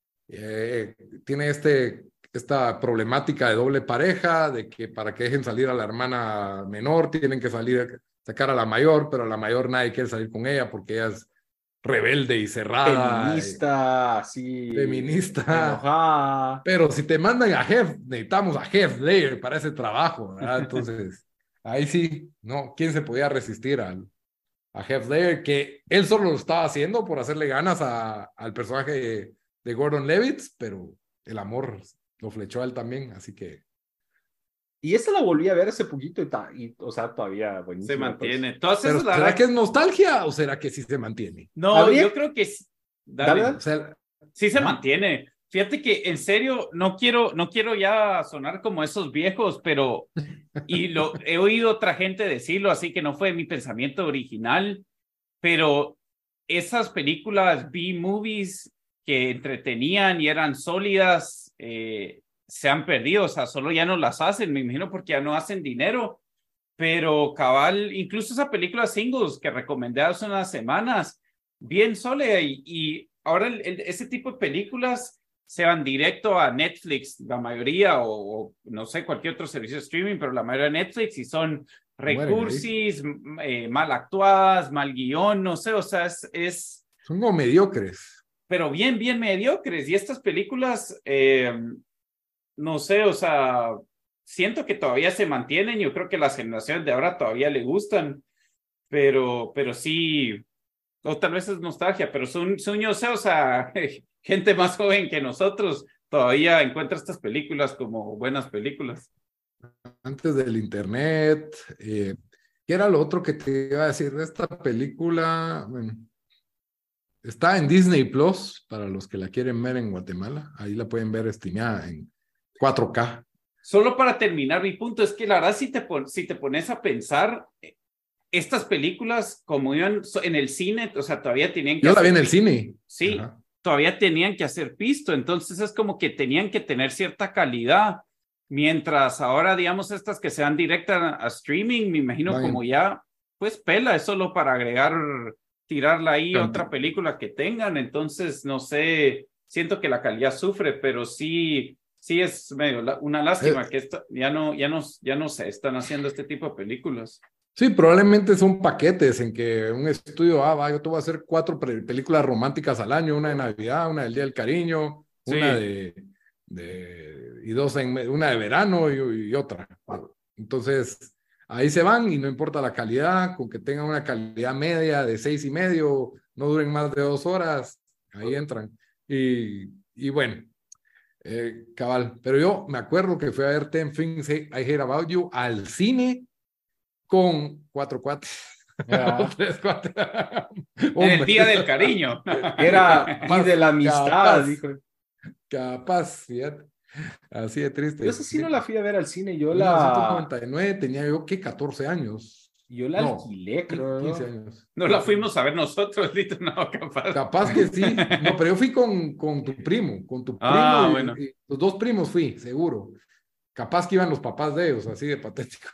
Tiene esta problemática de doble pareja, de que para que dejen salir a la hermana menor, tienen que sacar a la mayor, pero a la mayor nadie quiere salir con ella porque ella es rebelde y cerrada. Feminista, sí. Feminista. Enojada. Pero si te mandan a Jeff, necesitamos a Jeff Ledger para ese trabajo, ¿verdad? Entonces, ahí sí, ¿no? ¿Quién se podía resistir a Jeff Ledger? Que él solo lo estaba haciendo por hacerle ganas al personaje de Gordon Levitt, pero el amor lo flechó a él también, así que... Y esta la volví a ver hace poquito o sea, todavía buenísima. Se mantiene. Pues. Pero ¿será que es nostalgia o será que sí se mantiene? No, yo creo que sí. Dale. O sea, sí se mantiene. Fíjate que en serio no quiero ya sonar como esos viejos, pero he oído otra gente decirlo, así que no fue mi pensamiento original, pero esas películas B-movies que entretenían y eran sólidas se han perdido, o sea, solo ya no las hacen, me imagino porque ya no hacen dinero, pero cabal, incluso esa película Singles que recomendé hace unas semanas, bien sólida y ahora ese tipo de películas se van directo a Netflix, la mayoría, o no sé, cualquier otro servicio de streaming, pero la mayoría de Netflix y son recursis, mal actuadas, mal guión, no sé, o sea, son como mediocres. Pero bien mediocres. Y estas películas, no sé, o sea, siento que todavía se mantienen. Yo creo que las generaciones de ahora todavía le gustan, pero sí, o tal vez es nostalgia, pero yo sé, o sea, gente más joven que nosotros todavía encuentra estas películas como buenas películas. Antes del internet, ¿qué era lo otro que te iba a decir de esta película? Bueno, está en Disney Plus, para los que la quieren ver en Guatemala. Ahí la pueden ver streameada en 4K. Solo para terminar mi punto, es que la verdad, si te pones a pensar, estas películas, como iban en el cine, o sea, todavía tenían que... Yo la vi en el cine. Sí, ajá. Todavía tenían que hacer pisto, entonces es como que tenían que tener cierta calidad, mientras ahora, digamos, estas que sean directas a streaming, me imagino como ya, pues pela, es solo para tirarla ahí a otra película que tengan, entonces, no sé, siento que la calidad sufre, pero sí es medio una lástima que ya no se están haciendo este tipo de películas. Sí, probablemente son paquetes en que un estudio, yo te voy a hacer 4 películas románticas al año, una de Navidad, una del Día del Cariño, sí. Una y dos una de verano y otra. Entonces, ahí se van y no importa la calidad, con que tengan una calidad media de 6.5, no duren más de 2 horas, ahí entran. Y bueno, cabal, pero yo me acuerdo que fui a ver 10 Things I Hate About You al cine con 4 cuates. Ya. 3 cuates. En el Día del Cariño. Era y de la amistad, dijo. Capaz, fíjate. Así de triste. Yo esa sí no la fui a ver al cine, yo 1999 tenía yo, ¿qué? 14 años. Yo la alquilé, creo. 15 años. No la fuimos a ver nosotros, Lito, no, capaz. Capaz que sí. No, pero yo fui con tu primo. Con tu primo. Ah, bueno. Y los 2 primos fui, seguro. Capaz que iban los papás de ellos, así de patéticos.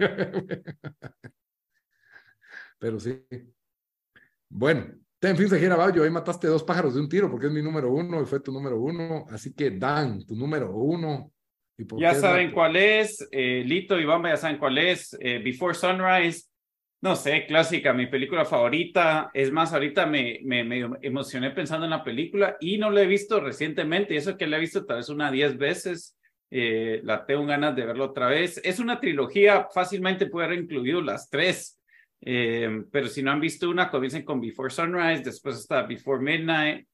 Pero sí. Bueno, en fin, se Bayo, ahí mataste 2 pájaros de un tiro porque es mi número 1 y fue tu número 1. Así que Dan, tu número 1. Ya saben cuál es. Lito y Bamba ya saben cuál es. Before Sunrise. No sé, clásica, mi película favorita. Es más, ahorita me emocioné pensando en la película y no la he visto recientemente. Eso que la he visto tal vez unas 10 veces. La tengo ganas de verlo otra vez. Es una trilogía, fácilmente puede haber incluido las 3. Pero si no han visto una, comiencen con Before Sunrise, después está Before Midnight,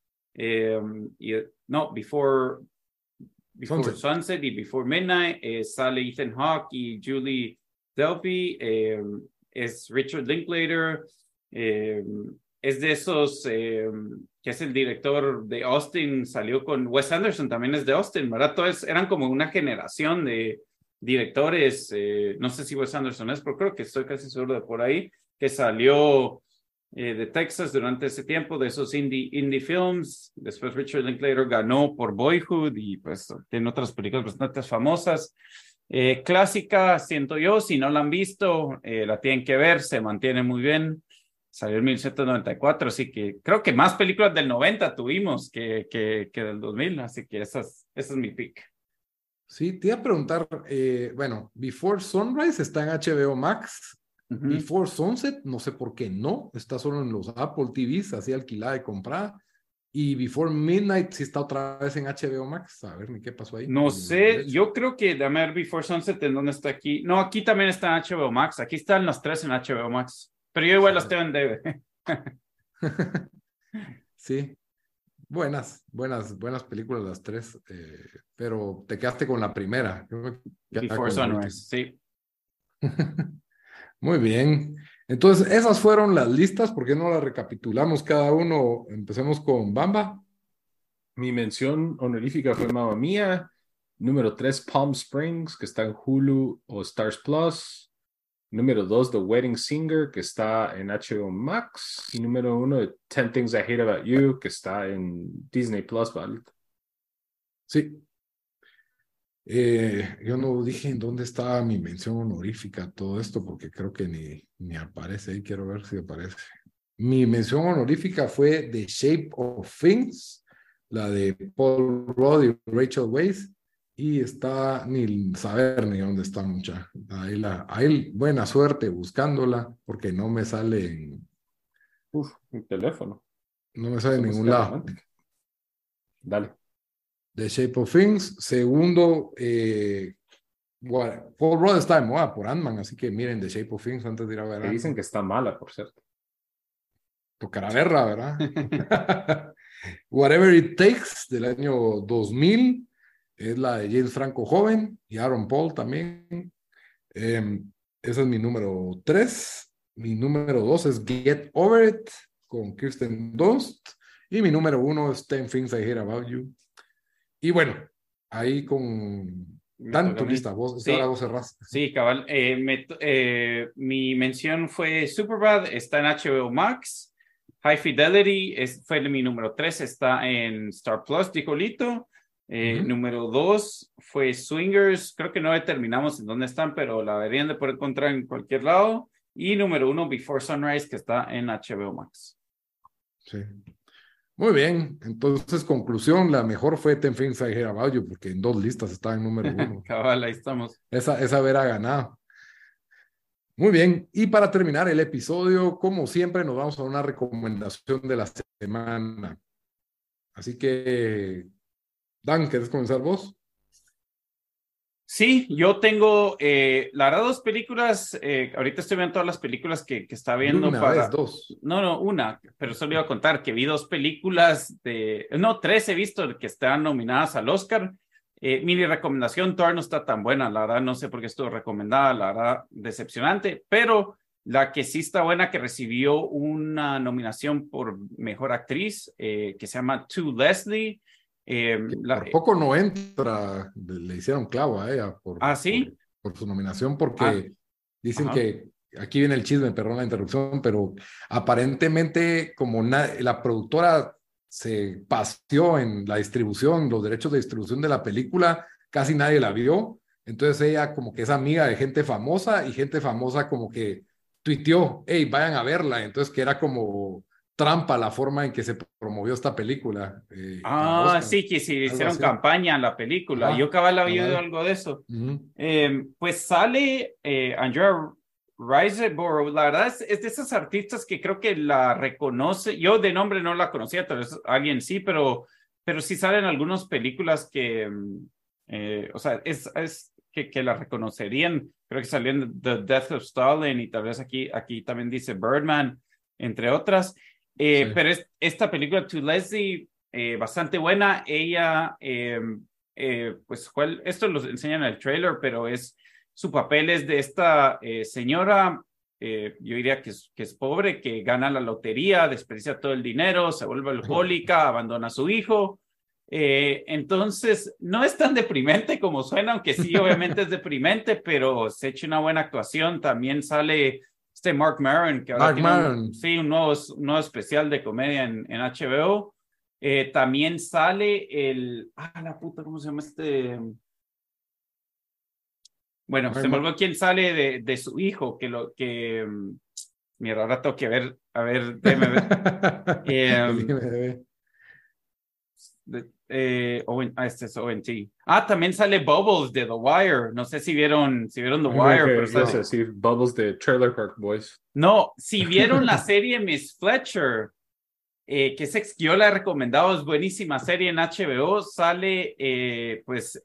Before Sunset y Before Midnight. Sale Ethan Hawke y Julie Delpy. Es Richard Linklater. Es de esos que es el director de Austin, salió con Wes Anderson, también es de Austin, ¿verdad? Todos eran como una generación de directores, no sé si Wes Anderson es, pero creo que estoy casi seguro de por ahí, que salió de Texas durante ese tiempo, de esos indie films. Después Richard Linklater ganó por Boyhood y pues tiene otras películas bastante famosas. Clásica, siento yo, si no la han visto, la tienen que ver, se mantiene muy bien. Salió en 1994, así que creo que más películas del 90 tuvimos que del 2000, así que esa es mi pick. Sí, te iba a preguntar, bueno, Before Sunrise está en HBO Max, Before Sunset, no sé por qué no, está solo en los Apple TVs, así alquilada y comprada, y Before Midnight sí está otra vez en HBO Max, a ver ni qué pasó ahí. No sé, yo creo que, déjame ver Before Sunset, ¿en dónde está aquí? No, aquí también está en HBO Max, aquí están las 3 en HBO Max, pero yo igual las tengo en DVD. Sí. Buenas películas las 3, pero te quedaste con la primera. Before Sunrise, sí. Muy bien. Entonces, esas fueron las listas. ¿Por qué no las recapitulamos cada uno? Empecemos con Bamba. Mi mención honorífica fue Mamma Mía. Número 3, Palm Springs, que está en Hulu o Stars Plus. Número 2, The Wedding Singer, que está en HBO Max. Y número 1, 10 Things I Hate About You, que está en Disney Plus, ¿vale? Sí. Yo no dije en dónde estaba mi mención honorífica, todo esto, porque creo que ni aparece ahí. Quiero ver si aparece. Mi mención honorífica fue The Shape of Things, la de Paul Rudd y Rachel Weisz. Y está ni saber ni dónde está mucha. Ahí buena suerte buscándola, porque no me sale en... mi teléfono. No me sale en ningún lado. Dale. The Shape of Things. Segundo, Paul Rudd está de moda por Ant-Man, así que miren The Shape of Things antes de ir a ver. Que dicen que está mala, por cierto. Tocará verla, ¿verdad? Whatever It Takes, del año 2000. Es la de James Franco joven y Aaron Paul también. Esa es mi número 3. Mi número 2 es Get Over It con Kirsten Dunst. Y mi número 1 es 10 Things I Hate About You. Y bueno, ahí con tanto lista. Ahora vos cerrás. Sí, cabal. Mi mención fue Superbad, está en HBO Max. High Fidelity fue mi número 3, está en Star Plus, dijo Lito. Número 2 fue Swingers, creo que no determinamos en dónde están, pero la deberían de poder encontrar en cualquier lado. Y número 1, Before Sunrise, que está en HBO Max. Sí. Muy bien, entonces conclusión, la mejor fue 10 Things I Hate About You, porque en 2 listas está en número 1. Cabal, ahí estamos. Esa verá ganado. Muy bien, y para terminar el episodio, como siempre, nos vamos a una recomendación de la semana. Así que... Dan, ¿querés comenzar vos? Sí, yo tengo, la verdad, dos películas. Ahorita estoy viendo todas las películas que está De viendo una para... vez, dos. No, una, pero solo iba a contar que vi dos películas No, tres he visto que están nominadas al Oscar. Mi recomendación, Thor no está tan buena, la verdad, no sé por qué estuvo recomendada, la verdad, decepcionante, pero la que sí está buena, que recibió una nominación por Mejor Actriz, que se llama To Leslie. Por poco no entra, le hicieron clavo a ella ¿Sí? por su nominación, Ah, porque dicen ajá. que, aquí viene el chisme, perdón la interrupción, pero aparentemente como la productora se paseó en la distribución, los derechos de distribución de la película, casi nadie la vio, entonces ella como que es amiga de gente famosa y gente famosa como que tuiteó, hey, vayan a verla, entonces que era como trampa la forma en que se promovió esta película para Oscar, Sí, que sí algo hicieron así. campaña en la película. Yo Ajá, cabal había oído cabal. algo de eso. Ujú. Pues sale Andrea Riseborough. La verdad es de esas artistas que creo que la reconoce. Yo de nombre no la conocía, tal vez alguien sí, pero sí salen algunas películas que, o sea, es que la reconocerían. Creo que salió en The Death of Stalin y tal vez aquí también dice Birdman, entre otras. Sí. Pero esta película, To Leslie, bastante buena. Ella, pues, esto lo enseñan en el trailer, pero su papel es de esta señora, yo diría que es pobre, que gana la lotería, desperdicia todo el dinero, se vuelve alcohólica, abandona a su hijo. Entonces, no es tan deprimente como suena, aunque sí, obviamente es deprimente, pero se echa una buena actuación. También sale Mark Maron, que ahora Mark tiene Maron, un nuevo especial de comedia en HBO. También sale la puta, ¿cómo se llama este? Bueno, Mark se me Mar olvidó quién sale de su hijo, mira, ahora tengo que ver, a ver, déjeme ver. el Eh, IMDb. este es ONT. También sale Bubbles de The Wire. No sé si vieron The Yo creo Wire, pero que ibas a sale. decir Bubbles de Trailer Park Boys. No, si vieron la serie Miss Fletcher, que que yo la he recomendado, es buenísima serie en HBO, sale pues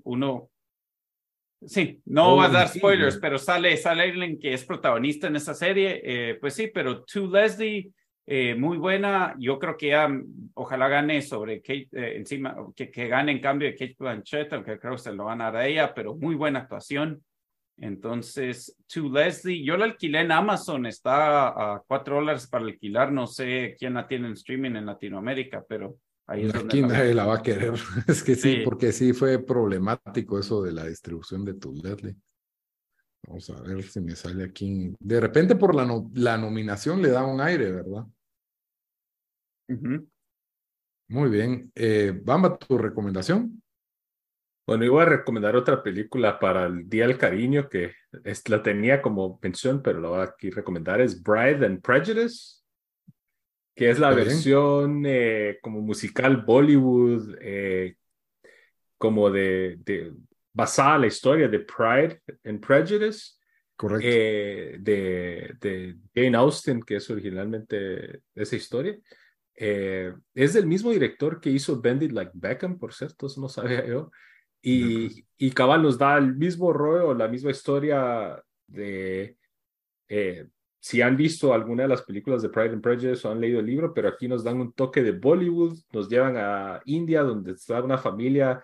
sí, no vas a dar ONT, spoilers, pero sale alguien que es protagonista en esa serie, pues sí, pero To Leslie, muy buena, yo creo que ya ojalá gane sobre Kate, encima, que gane en cambio de Kate Blanchett, aunque creo que se lo van a dar a ella, pero muy buena actuación. Entonces, To Leslie, yo la alquilé en Amazon, está a $4 para alquilar, no sé quién la tiene en streaming en Latinoamérica, pero ahí es donde aquí la nadie vi. la va a querer. Es que sí, Sí, porque sí fue problemático eso de la distribución de tu Leslie. Vamos a ver si me sale aquí. De repente por la nominación le da un aire, ¿verdad? uh-huh. Muy bien. Bamba, tu recomendación. Bueno, iba a recomendar otra película para el Día del Cariño que la tenía como mención, pero la voy a aquí recomendar. Es Bride and Prejudice, que es la Está bien, versión como musical Bollywood, como basada en la historia de Pride and Prejudice, correcto. de Jane Austen, que es originalmente esa historia. Es del mismo director que hizo Bend It Like Beckham, por cierto, eso no sabía yo. Ya, pues. Y cabal nos da el mismo rollo, la misma historia de si han visto alguna de las películas de Pride and Prejudice o han leído el libro, pero aquí nos dan un toque de Bollywood, nos llevan a India, donde está una familia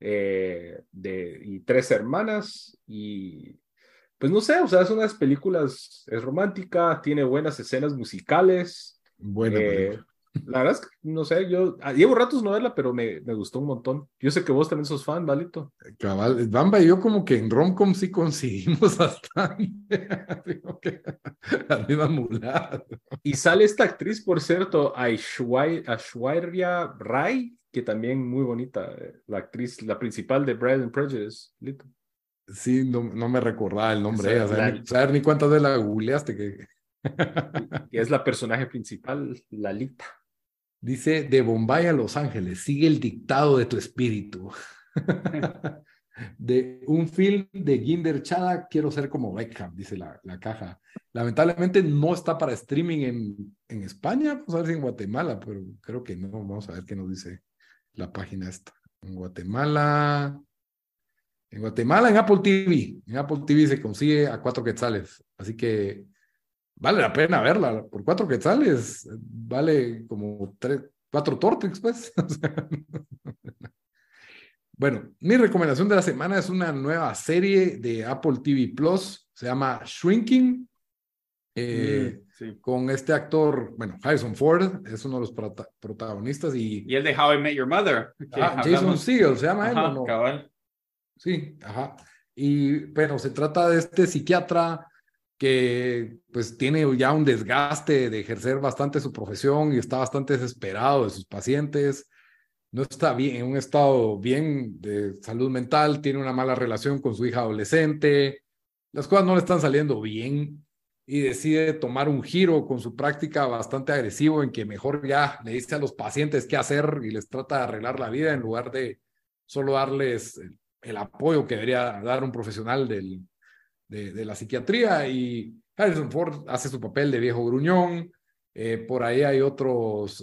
y tres hermanas, y pues no sé, o sea, es unas películas, es romántica, tiene buenas escenas musicales. Buena eh, película. la verdad es que, no sé, yo llevo ratos no verla, pero me gustó un montón. Yo sé que vos también sos fan, ¿Valito? Cabal, Bamba y yo como que en romcom sí conseguimos bastante. Digo que las mismas muladas. Y sale esta actriz, por cierto, Aishwarya Rai, que también muy bonita, la actriz, la principal de Bride and Prejudice. Lito. Sí, no me recordaba el nombre de Esa, ella. Saber ni cuántas veces la googleaste que... que es la personaje principal, Lalita. Dice, de Bombay a Los Ángeles, sigue el dictado de tu espíritu. De un film de Ginder Chada, quiero ser como Beckham, dice la caja. Lamentablemente no está para streaming en España, vamos a ver si en Guatemala, pero creo que no. Vamos a ver qué nos dice la página esta. En Guatemala, En Guatemala, en Apple TV. En Apple TV se consigue a 4 quetzales. Así que vale la pena verla. Por 4 quetzales vale como 4 Tortrix, pues. Bueno, mi recomendación de la semana es una nueva serie de Apple TV Plus. Se llama Shrinking. Sí. Con este actor, bueno, Harrison Ford es uno de los protagonistas y Y el de How I Met Your Mother. Jason Segel se llama él, Ajá, ¿o no? cabal. Sí, ajá. Y bueno, se trata de este psiquiatra que pues tiene ya un desgaste de ejercer bastante su profesión y está bastante desesperado de sus pacientes. No está bien, en un estado bien de salud mental, tiene una mala relación con su hija adolescente, las cosas no le están saliendo bien y decide tomar un giro con su práctica bastante agresivo en que mejor ya le dice a los pacientes qué hacer y les trata de arreglar la vida en lugar de solo darles el apoyo que debería dar un profesional de la psiquiatría. Y Harrison Ford hace su papel de viejo gruñón. Por ahí hay otros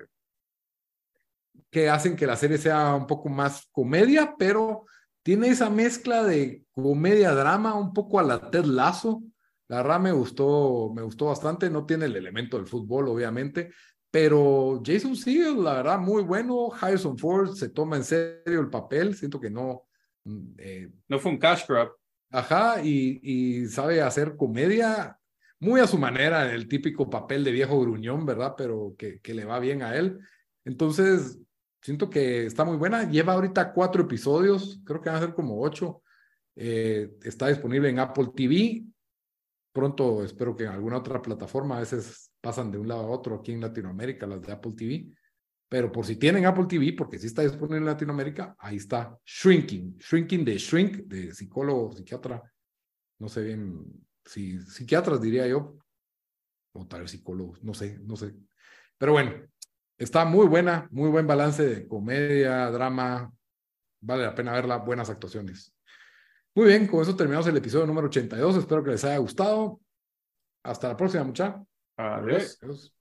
que hacen que la serie sea un poco más comedia, pero tiene esa mezcla de comedia-drama un poco a la Ted Lasso. La verdad me gustó bastante. No tiene el elemento del fútbol, obviamente, pero Jason Segel, la verdad, muy bueno. Harrison Ford se toma en serio el papel. Siento que no... No fue un cash grab. Ajá, y sabe hacer comedia muy a su manera, el típico papel de viejo gruñón, ¿verdad? Pero que le va bien a él. Entonces, siento que está muy buena. Lleva ahorita 4 episodios, creo que van a ser como 8. Está disponible en Apple TV. Pronto espero que en alguna otra plataforma, a veces pasan de un lado a otro aquí en Latinoamérica, las de Apple TV. Pero por si tienen Apple TV, porque sí está disponible en Latinoamérica, ahí está Shrinking. Shrinking de Shrink, de psicólogo, psiquiatra. No sé bien, si psiquiatras diría yo, o tal vez psicólogos, no sé. Pero bueno, está muy buena, muy buen balance de comedia, drama. Vale la pena verla, buenas actuaciones. Muy bien, con eso terminamos el episodio número 82. Espero que les haya gustado. Hasta la próxima, muchachos. Adiós. Adiós.